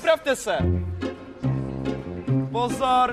připravte se. Pozor.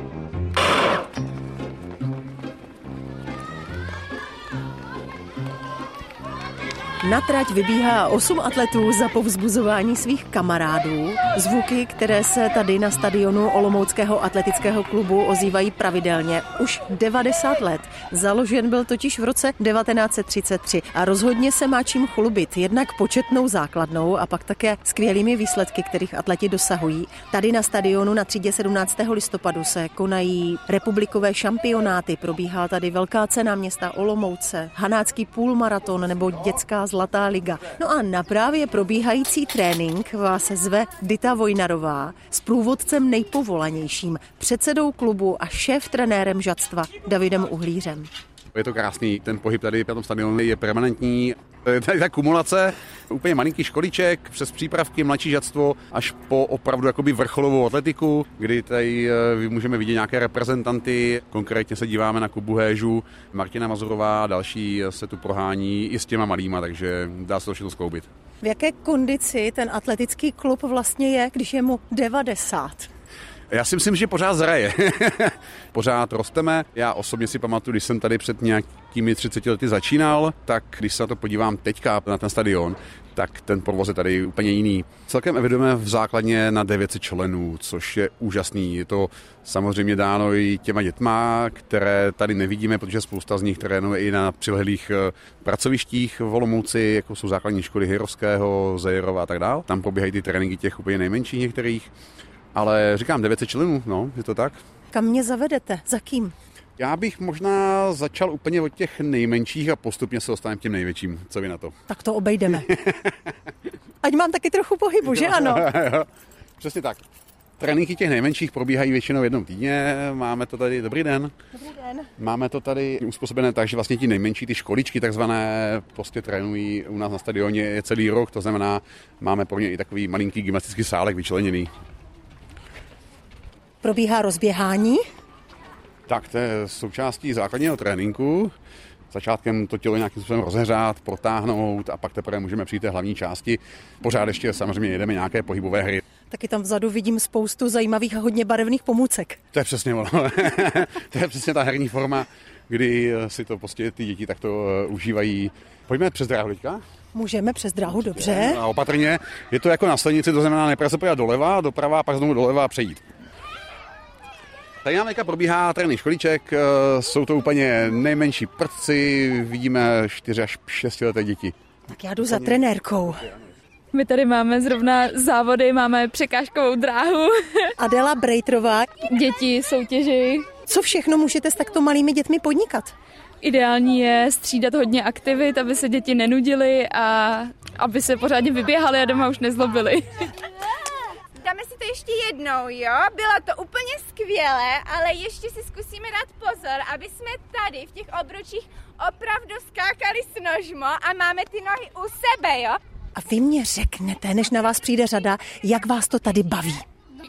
Na trať vybíhá 8 atletů za povzbuzování svých kamarádů. Zvuky, které se tady na stadionu Olomouckého atletického klubu ozývají pravidelně už 90 let. Založen byl totiž v roce 1933 a rozhodně se má čím chlubit, jednak početnou základnou a pak také skvělými výsledky, kterých atleti dosahují. Tady na stadionu na třídě 17. listopadu se konají republikové šampionáty, probíhá tady velká cena města Olomouce, hanácký půlmaraton nebo dětská Zlatá liga. No a na právě probíhající trénink vás zve Dita Vojnarová s průvodcem nejpovolanějším, předsedou klubu a šéf-trenérem žadstva Davidem Uhlířem. Je to krásný, ten pohyb tady na tom stadionu je permanentní. Tady ta kumulace, úplně malinký školiček, přes přípravky, mladší žadstvo, až po opravdu jakoby vrcholovou atletiku, kdy tady můžeme vidět nějaké reprezentanty. Konkrétně se díváme na Kubu Héžu, Martina Mazurová a další se tu prohání i s těma malýma, takže dá se to všechno skloubit. V jaké kondici ten atletický klub vlastně je, když je mu 90? Já si myslím, že pořád zraje. Pořád rosteme. Já osobně si pamatuju, když jsem tady před nějakými 30 lety začínal, tak když se na to podívám teďka na ten stadion, tak ten provoz je tady úplně jiný. Celkem evidujeme v základně na 900 členů, což je úžasný. Je to samozřejmě dáno i těma dětma, které tady nevidíme, protože spousta z nich trénuje i na přilehlých pracovištích v Olomouci, jako jsou základní školy Hyrovského, Zejerova a tak dále. Tam probíhají ty tréninky těch úplně nejmenších některých. Ale říkám 900 členů, no, je to tak. Kam mě zavedete? Za kým? Já bych možná začal úplně od těch nejmenších a postupně se dostaneme k těm největším. Co vy na to? Tak to obejdeme. Ať mám taky trochu pohybu, že ano? Přesně tak. Tréninky těch nejmenších probíhají většinou jednou týdně. Máme to tady, dobrý den. Dobrý den. Máme to tady uspůsobené tak, že vlastně ti nejmenší, ty školičky takzvané, prostě trénují u nás na stadioně celý rok. To znamená, máme pro ně i takový malinký gymnastický sálek vyčleněný. Probíhá rozběhání? Tak to je součástí základního tréninku. Začátkem to tělo nějakým způsobem rozehřát, protáhnout a pak teprve můžeme přijít té hlavní části. Pořád ještě samozřejmě jedeme nějaké pohybové hry. Taky tam vzadu vidím spoustu zajímavých a hodně barevných pomůcek. To je přesně ono. To je přesně ta herní forma, kdy si to prostě ty děti takto užívají. Pojďme přes dráhu teďka. Můžeme přes dráhu, dobře. A opatrně. Je to jako na silnici, to znamená nejprve se podívat doleva, doprava a pak znovu doleva a přejít. Tady nám probíhá trénink školíček, jsou to úplně nejmenší prci, vidíme 4 až 6 leté děti. Tak já jdu za trenérkou. My tady máme zrovna závody, máme překážkovou dráhu. Adela Brejtrová. Děti, soutěži. Co všechno můžete s takto malými dětmi podnikat? Ideální je střídat hodně aktivit, aby se děti nenudily a aby se pořádně vyběhali a doma už nezlobili. Dáme si to ještě jednou, jo? Bylo to úplně skvělé, ale ještě si zkusíme dát pozor, aby jsme tady v těch obručích opravdu skákali s nožmo a máme ty nohy u sebe, jo? A vy mě řeknete, než na vás přijde řada, jak vás to tady baví.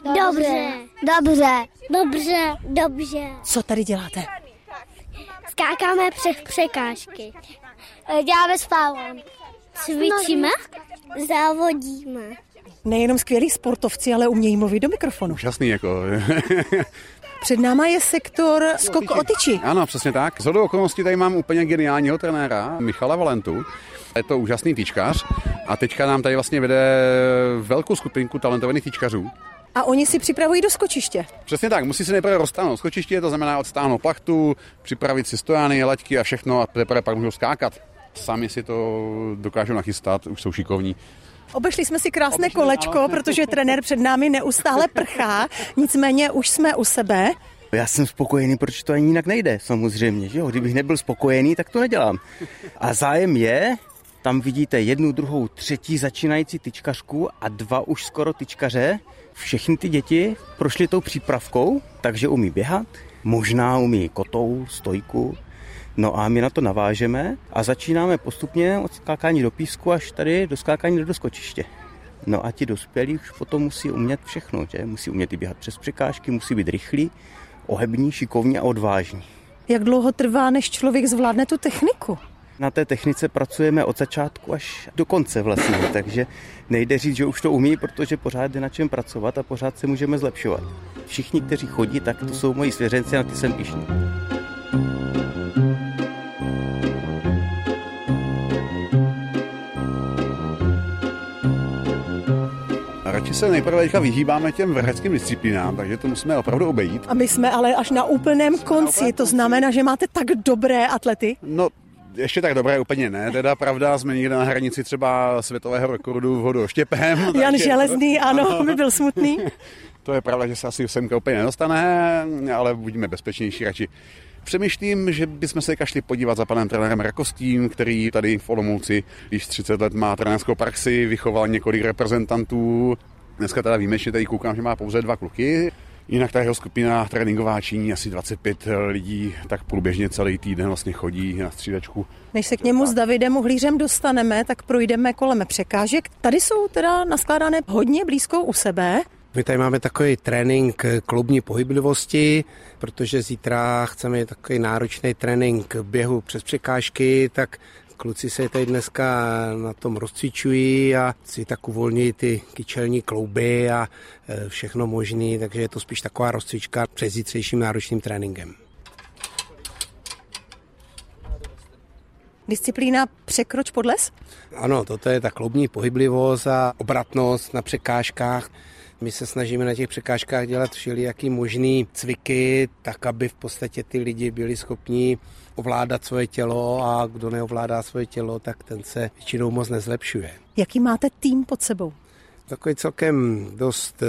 Dobře. Co tady děláte? Skákáme přes překážky. Děláme slalom. Cvičíme, závodíme. Nejenom skvělí sportovci, ale umějí mluvit do mikrofonu. Úžasný jako. Před náma je sektor skok o tyči. Ano, přesně tak. Shodou okolností tady mám úplně geniálního trenéra, Michala Valentu. Je to úžasný tyčkař a teďka nám tady vlastně vede velkou skupinku talentovaných tyčkařů. A oni si připravují do skočiště. Přesně tak, musí se nejprve roztáhnout skočiště, to znamená odstáhnout plachtu, připravit si stojány, laťky a všechno a teprve pak můžou skákat. Sami si to dokážou nachystat, už jsou šikovní. Obešli jsme si krásné kolečko, protože trenér před námi neustále prchá, nicméně už jsme u sebe. Já jsem spokojený, protože to ani jinak nejde, samozřejmě, že jo? Kdybych nebyl spokojený, tak to nedělám. A zájem je, tam vidíte 1, 2, 3 začínající tyčkařku a 2 už skoro tyčkaře. Všechny ty děti prošly tou přípravkou, takže umí běhat, možná umí kotou, stojku. No a my na to navážeme a začínáme postupně od skákání do písku až tady do skákání do skočiště. No a ti dospělí už potom musí umět všechno, že? Musí umět i běhat přes překážky, musí být rychlí, ohební, šikovní a odvážní. Jak dlouho trvá, než člověk zvládne tu techniku? Na té technice pracujeme od začátku až do konce vlastně, takže nejde říct, že už to umí, protože pořád je na čem pracovat a pořád se můžeme zlepšovat. Všichni, kteří chodí, tak to jsou moji svěřenci a na ty jsem pyšný. Radši se nejprve teďka vyhýbáme těm vrheckým disciplínám, takže to musíme opravdu obejít. A my jsme ale až na úplném konci, to znamená, že máte tak dobré atlety? No, ještě tak dobré úplně ne, teda pravda, jsme někde na hranici třeba světového rekordu v hodoštěpem. Jan Železný, ano, by byl smutný. To je pravda, že se asi semka úplně nedostane, ale buďme bezpečnější radši. Přemýšlím, že bychom se šli podívat za panem trenérem Rakovským, který tady v Olomouci již 30 let má trenérskou praxi, vychoval několik reprezentantů. Dneska teda výjimečně tady koukám, že má pouze 2 kluky. Jinak ta jeho skupina tréninková činí asi 25 lidí, tak průběžně celý týden vlastně chodí na střídačku. Než se k němu s Davidem Uhlířem dostaneme, tak projdeme kolem překážek. Tady jsou teda naskládané hodně blízko u sebe. My tady máme takový trénink kloubní pohyblivosti, protože zítra chceme takový náročný trénink běhu přes překážky, tak kluci se tady dneska na tom rozcvičují a si tak uvolňují ty kyčelní klouby a všechno možné, takže je to spíš taková rozcvička před zítřejším náročným tréninkem. Disciplína překroč podles? Ano, toto je ta kloubní pohyblivost a obratnost na překážkách. My se snažíme na těch překážkách dělat všelijaký možný cviky, tak aby v podstatě ty lidi byli schopni ovládat svoje tělo a kdo neovládá svoje tělo, tak ten se většinou moc nezlepšuje. Jaký máte tým pod sebou? Takový celkem dost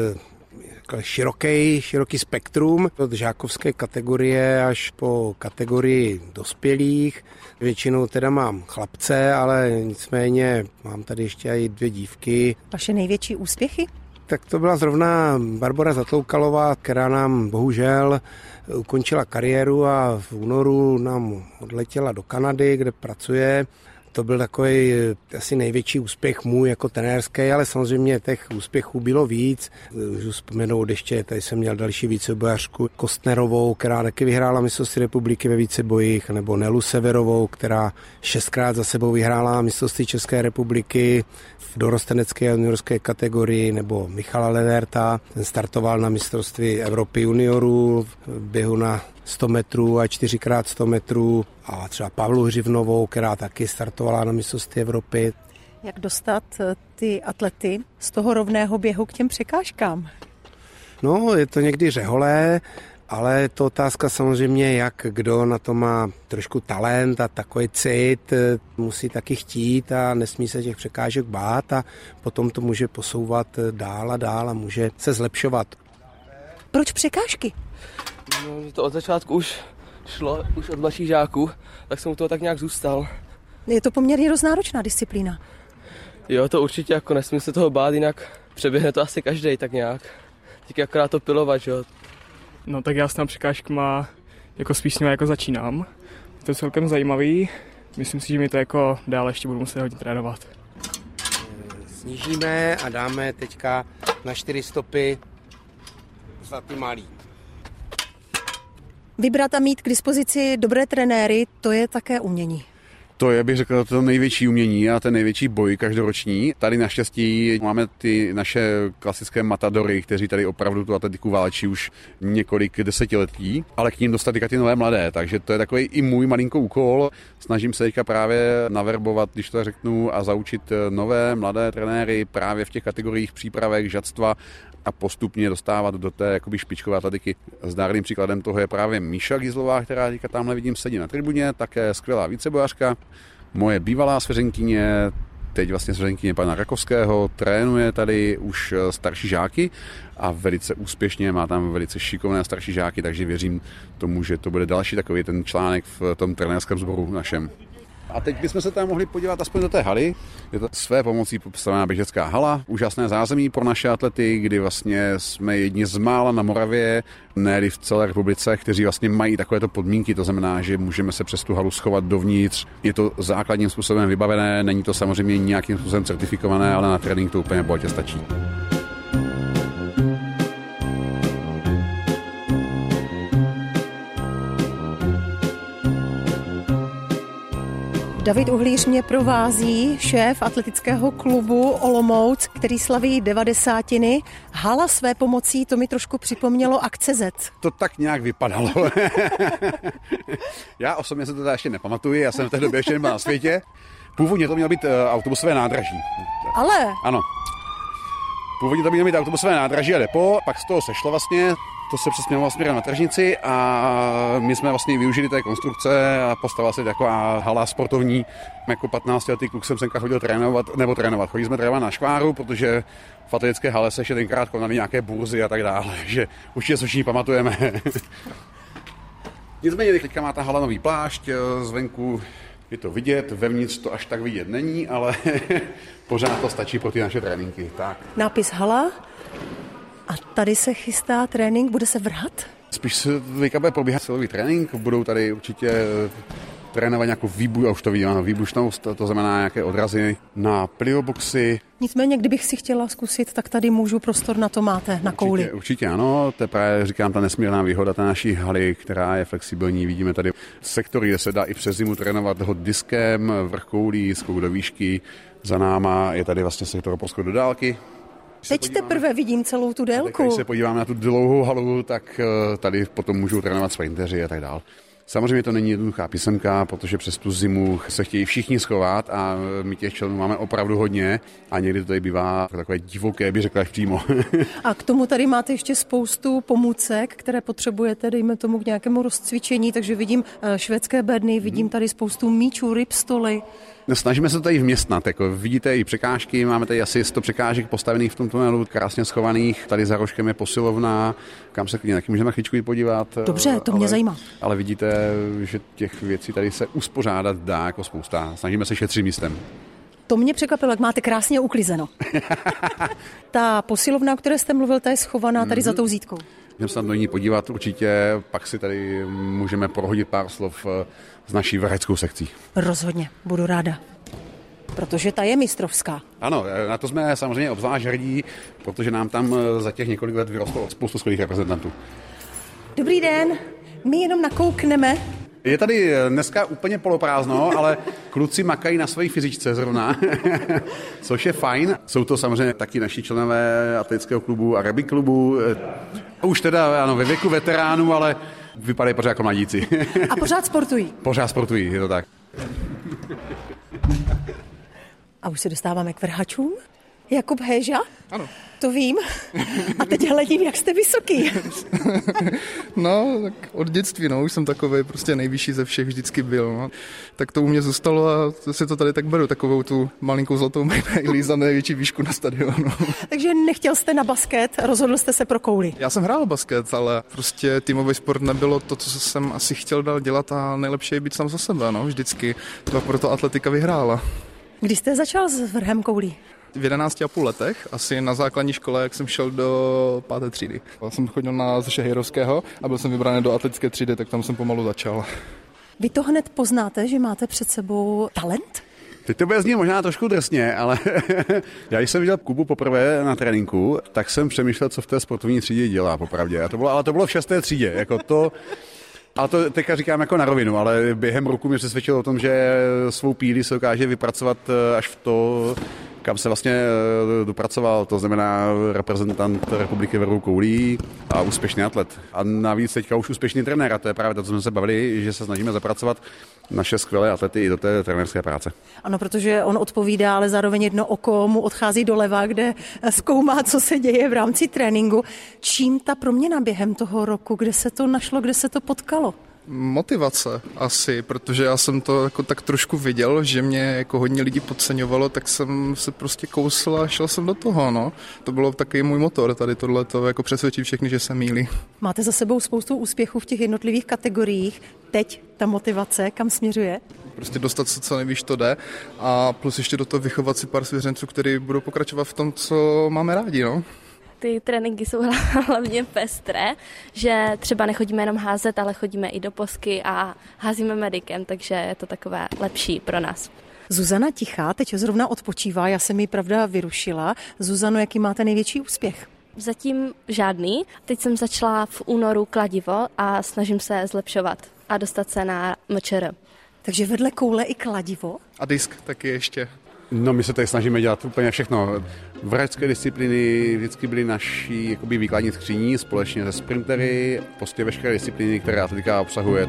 široký spektrum od žákovské kategorie až po kategorii dospělých. Většinou teda mám chlapce, ale nicméně mám tady ještě i 2 dívky. Vaše největší úspěchy? Tak to byla zrovna Barbora Zatloukalová, která nám bohužel ukončila kariéru a v únoru nám odletěla do Kanady, kde pracuje. To byl takový asi největší úspěch můj jako trenérský, ale samozřejmě těch úspěchů bylo víc. Můžu vzpomenout ještě, tady jsem měl další vícebojařku Kostnerovou, která taky vyhrála mistrovství republiky ve vícebojích, nebo Nelu Severovou, která 6krát za sebou vyhrála mistrovství České republiky v dorostenecké a juniorské kategorii, nebo Michala Leverta, ten startoval na mistrovství Evropy juniorů v běhu na 100 metrů a 4x100 metrů a třeba Pavlu Hřivnovou, která taky startovala na mistrovství Evropy. Jak dostat ty atlety z toho rovného běhu k těm překážkám? No, je to někdy řeholé, ale je to otázka samozřejmě, jak kdo na to má trošku talent a takový cit, musí taky chtít a nesmí se těch překážek bát a potom to může posouvat dál a dál a může se zlepšovat. Proč překážky? No, to od začátku už šlo, už od mladších žáků, tak jsem u toho tak nějak zůstal. Je to poměrně dost náročná disciplína. Jo, to určitě, jako nesmím se toho bát, jinak přeběhne to asi každej tak nějak. Díky akorát to pilovat, jo. No tak já s těmi překážkama jako spíš s nimi jako začínám. Je to celkem zajímavý, myslím si, že mi to jako dál ještě budu muset hodně trénovat. Snížíme a dáme teďka na 4 stopy za ty malý. Vybrat a mít k dispozici dobré trenéry, to je také umění. To je, bych řekl, to největší umění a ten největší boj každoroční. Tady naštěstí máme ty naše klasické matadory, kteří tady opravdu tu atletiku válčí už několik desetiletí, ale k ním dostat ty nové mladé, takže to je takový i můj malinko úkol. Snažím se teďka právě naverbovat, když to řeknu, a zaučit nové mladé trenéry právě v těch kategoriích přípravek, žadstva a postupně dostávat do té jakoby špičkové atletiky. Zdárným příkladem toho je právě Míša Gizlová, která teďka tamhle vidím sedí na tribuně, také skvělá vícebojařka. Moje bývalá svěřenkyně, teď vlastně svěřenkyně pana Rakovského, trénuje tady už starší žáky a velice úspěšně, má tam velice šikovné starší žáky, takže věřím tomu, že to bude další takový ten článek v tom trenérském sboru našem. A teď bychom se tam mohli podívat aspoň do té haly. Je to své pomocí postavená běžecká hala, úžasné zázemí pro naše atlety, kdy vlastně jsme jedni z mála na Moravě, ne v celé republice, kteří vlastně mají takovéto podmínky, to znamená, že můžeme se přes tu halu schovat dovnitř. Je to základním způsobem vybavené, není to samozřejmě nějakým způsobem certifikované, ale na trénink to úplně bohatě stačí. David Uhlíř mě provází, šéf atletického klubu Olomouc, který slaví 90. Hala své pomocí, to mi trošku připomnělo Akce Z. To tak nějak vypadalo. Já osobně se to teda ještě nepamatuji, já jsem v té době ještě nebyl na světě. Původně to mělo být autobusové nádraží. Ale? Ano. Původně to mělo být autobusové nádraží a depo, pak z toho sešlo vlastně, to se přesměrovalo směrem na tržnici a my jsme vlastně využili té konstrukce a postavila se taková hala sportovní. Jako 15letý kluk jsem semka chodil trénovat. Chodili jsme trénovat na Škváru, protože v atletické hale se ještě tenkrát konaly nějaké burzy a tak dále, že určitě se všichni pamatujeme. Nicméně teďka má ta hala nový plášť, zvenku je to vidět, vevnitř to až tak vidět není, ale pořád to stačí pro ty naše tréninky. Tak. Nápis hala a tady se chystá trénink, bude se vrhat? Spíš se teďka bude probíhat silový trénink, budou tady určitě trénovat nějakou výbušnost, to znamená nějaké odrazy na plioboxy. Nicméně, kdybych si chtěla zkusit, tak tady můžu, prostor na to máte, na kouli. Určitě ano, to je právě, říkám, ta nesmírná výhoda té naší haly, která je flexibilní. Vidíme tady sektory, kde se dá i přes zimu trénovat hod diskem, vrch koulí, skok do výšky. Za náma je tady vlastně sektor poskok do dálky. Teď teprve vidím celou tu délku. Když se podíváme na tu dlouhou halu, tak tady potom můžou trénovat sprinteři a tak dál. Samozřejmě to není jednoduchá písemka, protože přes tu zimu se chtějí všichni schovat a my těch členů máme opravdu hodně a někdy to tady bývá takové divoké, bych řekla přímo. A k tomu tady máte ještě spoustu pomůcek, které potřebujete, dejme tomu k nějakému rozcvičení, takže vidím švédské bedny, vidím tady spoustu míčů, ripstoly. Snažíme se tady vměstnat, jako vidíte i překážky, máme tady asi 100 překážek postavených v tom tunelu, krásně schovaných, tady za rožkem je posilovna, kam se klidně taky můžeme na chvíličku jít podívat. Dobře, to mě zajímá. Ale vidíte, že těch věcí tady se uspořádat dá jako spousta, snažíme se šetřit místem. To mě překvapilo, jak máte krásně uklizeno. Ta posilovna, o které jste mluvil, ta je schovaná tady za tou zítkou. Můžeme se do ní podívat určitě, pak si tady můžeme prohodit pár slov s naší varheckou sekcí. Rozhodně, budu ráda. Protože ta je mistrovská. Ano, na to jsme samozřejmě obzvlášť hrdí, protože nám tam za těch několik let vyrostlo spoustu skvělých reprezentantů. Dobrý den, my jenom nakoukneme. Je tady dneska úplně poloprázdno, ale kluci makají na své fyzičce zrovna, což je fajn. Jsou to samozřejmě taky naši členové atletického klubu a rugby klubu. Už teda ano, ve věku veteránů, ale vypadají pořád jako mladíci. A pořád sportují. Pořád sportují, je to tak. A už se dostáváme k vrhačům. Jakub Héža? Ano. To vím. A teď hledím, jak jste vysoký. No, tak od dětství, no, už jsem takovej prostě nejvyšší ze všech vždycky byl, no. Tak to u mě zůstalo a si to tady tak beru, takovou tu malinkou zlatou medaili za největší výšku na stadionu. Takže nechtěl jste na basket, rozhodl jste se pro kouli. Já jsem hrál basket, ale prostě týmový sport nebylo to, co jsem asi chtěl dál dělat a nejlepší je být sám za sebe, no, vždycky. To proto atletika vyhrála. Kdy jste začal s vrhem koulí? V 11,5 letech, asi na základní škole, jak jsem šel do 5. třídy. Já jsem chodil na Šehejrovského a byl jsem vybraný do atletické třídy, tak tam jsem pomalu začal. Vy to hned poznáte, že máte před sebou talent? Teď to bude znít možná trošku drsně, ale já když jsem viděl Kubu poprvé na tréninku, tak jsem přemýšlel, co v té sportovní třídě dělá popravdě. Ale to bylo v 6. třídě, jako to... Ale to teďka říkám jako na rovinu, ale během roku mě přesvědčilo o tom, že svou píli se dokáže vypracovat až v to, kam se vlastně dopracoval, to znamená reprezentant republiky ve rukou koulí a úspěšný atlet. A navíc teďka už úspěšný trenér, a to je právě to, co jsme se bavili, že se snažíme zapracovat naše skvělé atlety i do té trenérské práce. Ano, protože on odpovídá, ale zároveň jedno oko mu odchází doleva, kde zkoumá, co se děje v rámci tréninku. Čím ta proměna během toho roku, kde se to našlo, kde se to potkalo? Motivace asi, protože já jsem to jako tak trošku viděl, že mě jako hodně lidí podceňovalo, tak jsem se prostě kousl a šel jsem do toho, no. To bylo takový můj motor, tady tohleto, jako přesvědčit všechny, že se mýlí. Máte za sebou spoustu úspěchů v těch jednotlivých kategoriích. Teď ta motivace, kam směřuje? Prostě dostat se co nejvíc to jde a plus ještě do toho vychovat si pár svěřenců, kteří budou pokračovat v tom, co máme rádi, no. Ty tréninky jsou hlavně pestré, že třeba nechodíme jenom házet, ale chodíme i do posky a házíme medikem, takže je to takové lepší pro nás. Zuzana Tichá teď zrovna odpočívá, já jsem ji pravda vyrušila. Zuzano, jaký máte největší úspěch? Zatím žádný. Teď jsem začala v únoru kladivo a snažím se zlepšovat a dostat se na MČR. Takže vedle koule i kladivo? A disk taky ještě. No, my se tady snažíme dělat úplně všechno. Vražské disciplíny vždycky byly naší jakoby výkladní skříní společně se sprintery, prostě veškeré disciplíny, které atletika obsahuje.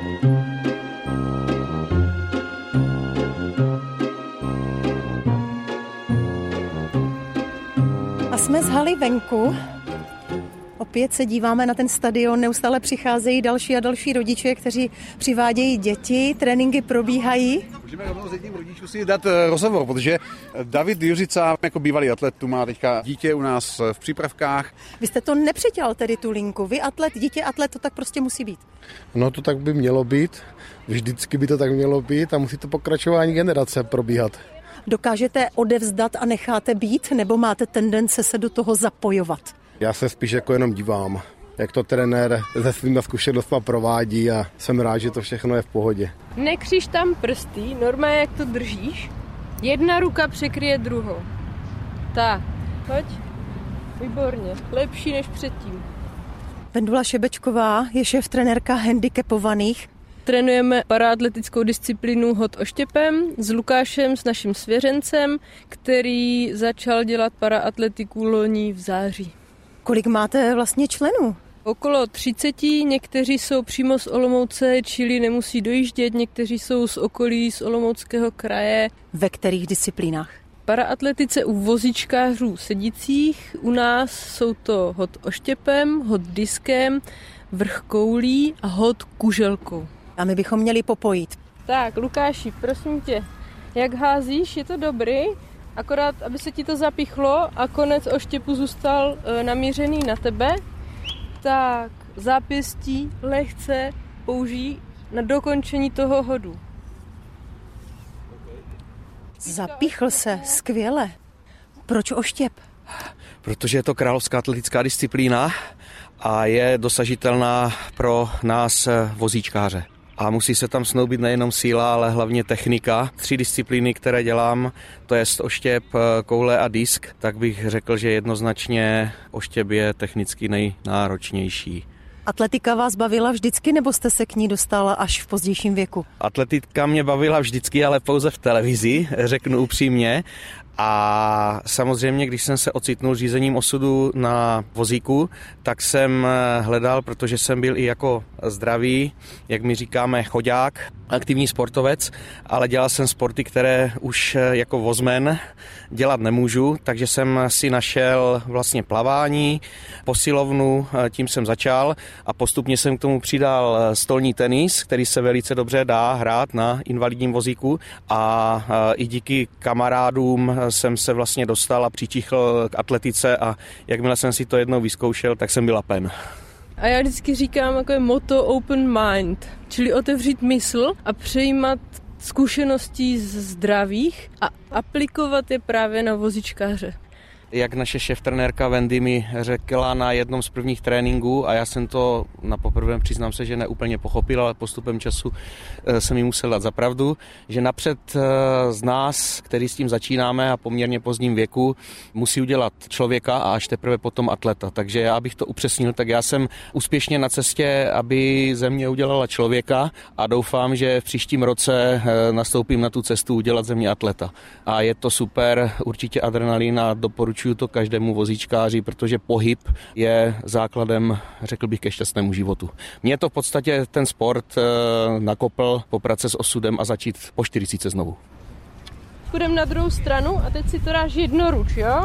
A jsme z haly venku. Opět se díváme na ten stadion, neustále přicházejí další a další rodiče, kteří přivádějí děti, tréninky probíhají. Můžeme rovnou s jedním rodičů si dát rozhovor, protože David Juřica jako bývalý atlet tu má teďka dítě u nás v přípravkách. Vy jste to nepřetěl tedy tu linku, vy atlet, dítě atlet, to tak prostě musí být. No to tak by mělo být, vždycky by to tak mělo být a musí to pokračování generace probíhat. Dokážete odevzdat a necháte být, nebo máte tendence se do toho zapojovat? Já se spíš jako jenom dívám, jak to trenér se svýma zkušenostma provádí a jsem rád, že to všechno je v pohodě. Nekříž tam prsty, normálně jak to držíš, jedna ruka překryje druhou. Tak, pojď. Výborně, lepší než předtím. Vendula Šebečková je šéf-trenérka handicapovaných. Trénujeme paraatletickou disciplínu hod oštěpem s Lukášem, s naším svěřencem, který začal dělat paraatletiku loni v září. Kolik máte vlastně členů? Okolo 30, někteří jsou přímo z Olomouce, čili nemusí dojíždět, někteří jsou z okolí, z Olomouckého kraje. Ve kterých disciplínách? Paraatletice u vozíčkářů sedících, u nás jsou to hod oštěpem, hod diskem, vrch koulí a hod kuželkou. A my bychom měli popojit. Tak, Lukáši, prosím tě, jak házíš, je to dobrý, akorát, aby se ti to zapichlo a konec oštěpu zůstal namířený na tebe, tak zápěstí lehce použij na dokončení toho hodu. Zapíchl se, skvěle. Proč oštěp? Protože je to královská atletická disciplína a je dosažitelná pro nás vozíčkáře. A musí se tam snoubit nejenom síla, ale hlavně technika. 3 disciplíny, které dělám, to je oštěp, koule a disk, tak bych řekl, že jednoznačně oštěp je technicky nejnáročnější. Atletika vás bavila vždycky, nebo jste se k ní dostala až v pozdějším věku? Atletika mě bavila vždycky, ale pouze v televizi, řeknu upřímně. A samozřejmě, když jsem se ocitnul řízením osudu na vozíku, tak jsem hledal, protože jsem byl i jako zdravý, jak my říkáme, choďák, aktivní sportovec, ale dělal jsem sporty, které už jako vozmen dělat nemůžu, takže jsem si našel vlastně plavání, posilovnu, tím jsem začal a postupně jsem k tomu přidal stolní tenis, který se velice dobře dá hrát na invalidním vozíku a i díky kamarádům jsem se vlastně dostal a přičichl k atletice a jakmile jsem si to jednou vyzkoušel, tak jsem byl lapen. A já vždycky říkám jako je motto open mind, čili otevřít mysl a přejímat zkušeností z zdravých a aplikovat je právě na vozíčkáře. Jak naše šéftrenérka Wendy mi řekla na jednom z prvních tréninků, a já jsem to na poprvé, přiznám se, že neúplně pochopil, ale postupem času jsem mi musel dát za pravdu, že napřed z nás, který s tím začínáme a poměrně pozdním věku, musí udělat člověka a až teprve potom atleta. Takže já bych to upřesnil, tak já jsem úspěšně na cestě, aby ze mě udělala člověka a doufám, že v příštím roce nastoupím na tu cestu udělat ze mě atleta. A je to super, určitě adrenalin a doporučuji to každému vozíčkáři, protože pohyb je základem, řekl bych, ke šťastnému životu. Mě to v podstatě ten sport nakopl poprat se s osudem a začít po 40 znovu. Půjdeme na druhou stranu a teď si to dáš jednoruč, jo?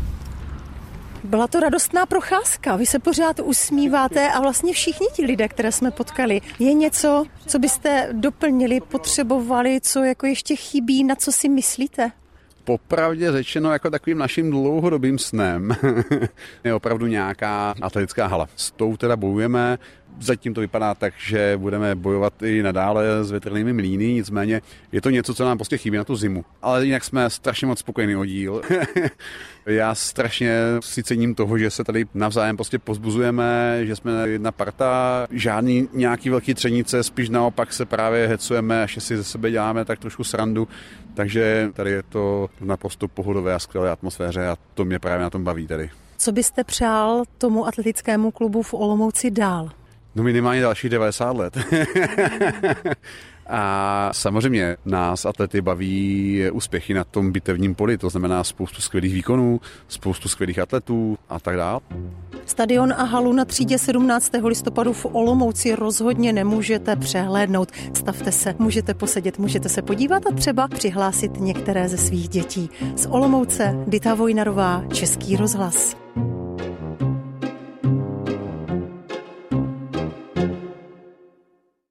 Byla to radostná procházka, vy se pořád usmíváte a vlastně všichni ti lidé, které jsme potkali. Je něco, co byste doplnili, potřebovali, co jako ještě chybí, na co si myslíte? Popravdě řečeno, jako takovým naším dlouhodobým snem je opravdu nějaká atletická hala. S tou teda bojujeme. Zatím to vypadá tak, že budeme bojovat i nadále s větrnými mlýny, nicméně je to něco, co nám prostě chybí na tu zimu. Ale jinak jsme strašně moc spokojený oddíl. Já strašně si cením toho, že se tady navzájem prostě pozbuzujeme, že jsme jedna parta, žádný nějaký velký třenice, spíš naopak se právě hecujeme, až si ze sebe děláme tak trošku srandu. Takže tady je to naprosto pohodové a skvělé atmosféře a to mě právě na tom baví tady. Co byste přál tomu atletickému klubu v Olomouci dál? No minimálně dalších 90 let. A samozřejmě nás atlety baví úspěchy na tom bitevním poli, to znamená spoustu skvělých výkonů, spoustu skvělých atletů a tak dále. Stadion a halu na třídě 17. listopadu v Olomouci rozhodně nemůžete přehlédnout. Stavte se, můžete posedět, můžete se podívat a třeba přihlásit některé ze svých dětí. Z Olomouce Dita Vojnarová, Český rozhlas.